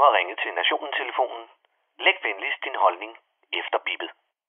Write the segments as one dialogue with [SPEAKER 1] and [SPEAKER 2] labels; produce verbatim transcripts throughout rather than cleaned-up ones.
[SPEAKER 1] har ringet til Nationen-telefonen. Læg venligst din holdning efter bippet.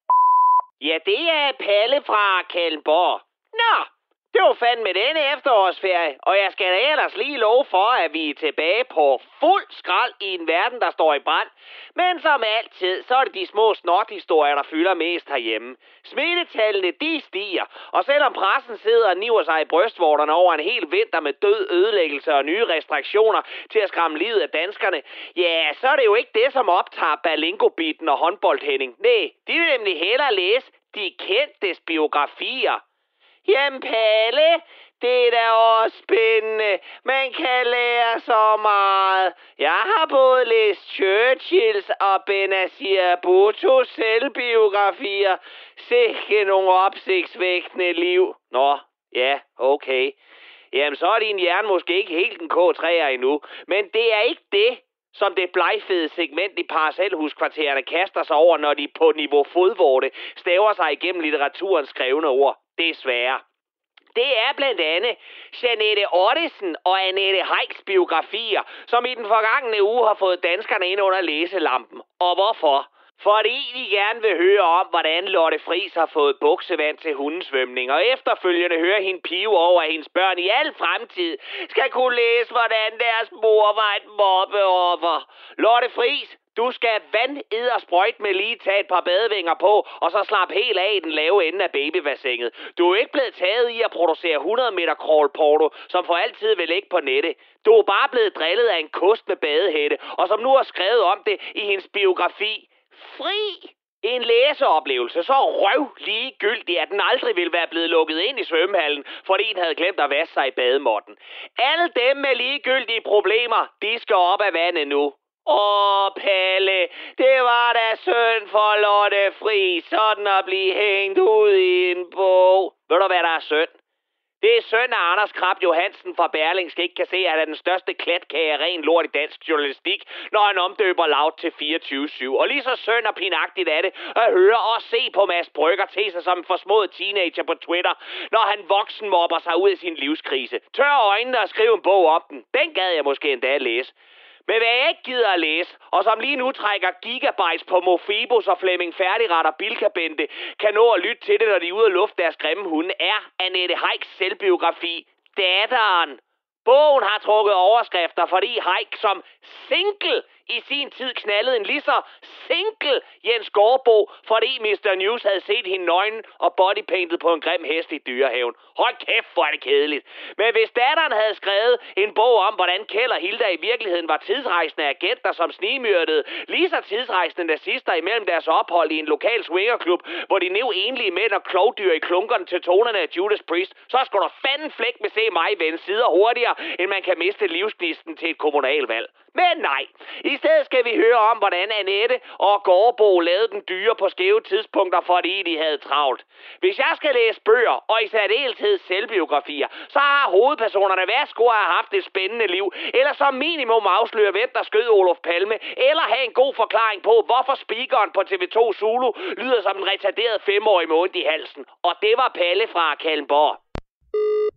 [SPEAKER 2] Ja, det er Palle fra Kalmborg. Nå, det var fandme denne efterårsferie, og jeg skal da ellers lige love for, at vi er tilbage på fuld skrald i en verden, der står i brand. Men som altid, så er det de små snothistorier, der fylder mest herhjemme. Smittetallene, de stiger, og selvom pressen sidder og niver sig i brystvorterne over en hel vinter med død, ødelæggelse og nye restriktioner til at skræmme livet af danskerne, ja, så er det jo ikke det, som optager Berlingo-bitten og håndboldhænding. Nej, de vil nemlig hellere læse de kendtes biografier. Jamen Palle, det er da også spændende. Man kan lære så meget. Jeg har både læst Churchills og Benazir Bhuttos selvbiografier. Sikke nogle opsigtsvækkende liv. Nå, ja, okay. Jamen så er din hjerne måske ikke helt en K tre'er endnu. Men det er ikke det, som det blegfede segment i parcelhuskvartererne kaster sig over, når de på niveau fodvorte staver sig igennem litteraturens skrevne ord. Desværre. Det er blandt andet Jeanette Ottesen og Annette Heiks biografier, som i den forgangne uge har fået danskerne ind under læselampen. Og hvorfor? Fordi de gerne vil høre om, hvordan Lotte Friis har fået buksevand til hundesvømning, og efterfølgende høre hende pive over, at hendes børn i al fremtid skal kunne læse, hvordan deres mor var et mobbeoffer. Lotte Friis, du skal vanded og sprøjt med lige tage et par badevinger på, og så slap helt af i den lave ende af babybassinet. Du er ikke blevet taget i at producere hundrede meter crawl-porno, som for altid vil ligge på nettet. Du er bare blevet drillet af en kost med badehætte, og som nu har skrevet om det i hendes biografi. Fri! En læseoplevelse så røv ligegyldig, at den aldrig ville være blevet lukket ind i svømmehallen, fordi den havde glemt at vaske sig i bademåtten. Alle dem med ligegyldige problemer, de skal op af vandet nu. Åh, Palle, det var da synd for Lotte Friis, sådan at blive hængt ud i en bog. Ved du, hvad der er synd? Det er synd, at Anders Krab Johansen fra Berlingske ikke kan se, at han er den største klatkage af ren lort i dansk journalistik, når han omdøber Loud til fireogtyve syv. Og lige så synd og pinagtigt er det at høre og se på Mads Brygger til sig som en forsmået teenager på Twitter, når han voksen mobber sig ud af sin livskrise. Tør øjnene og skriv en bog om den. Den gad jeg måske endda at læse. Men hvad jeg ikke gider at læse, og som lige nu trækker gigabytes på Mofibos og Flemming Færdigret og Bilkabente, kan nå at lytte til det, når de er ude at lufte deres grimme hunde, er Annette Heiks selvbiografi, Datteren. Bogen har trukket overskrifter, fordi Heik som single i sin tid knaldede en lige så single Jens Gårdbo, fordi mister News havde set hende nøgen og bodypainted på en grim hest i Dyrehaven. Hold kæft, hvor er det kedeligt. Men hvis Datteren havde skrevet en bog om, hvordan Kjeld og Hilda i virkeligheden var tidsrejsende agenter, som snigmyrdede lige så tidsrejsende nazister imellem deres ophold i en lokal swingerklub, hvor de næv enlige mænd og klovdyr i klunkerne til tonerne af Judas Priest, så skulle der fanden flæk med se mig vende sider hurtigere, end man kan miste livsgnisten til et kommunalvalg. Men nej, i stedet skal vi høre om, hvordan Annette og Gårdbo lavede den dyre på skæve tidspunkter, fordi de havde travlt. Hvis jeg skal læse bøger, og i særdeleshed selvbiografier, så har hovedpersonerne hver skulle have haft et spændende liv, eller som minimum afsløre, hvem der skød Olof Palme, eller have en god forklaring på, hvorfor speakeren på T V to Zulu lyder som en retarderet femårig med ondt i halsen. Og det var Palle fra Kalmborg.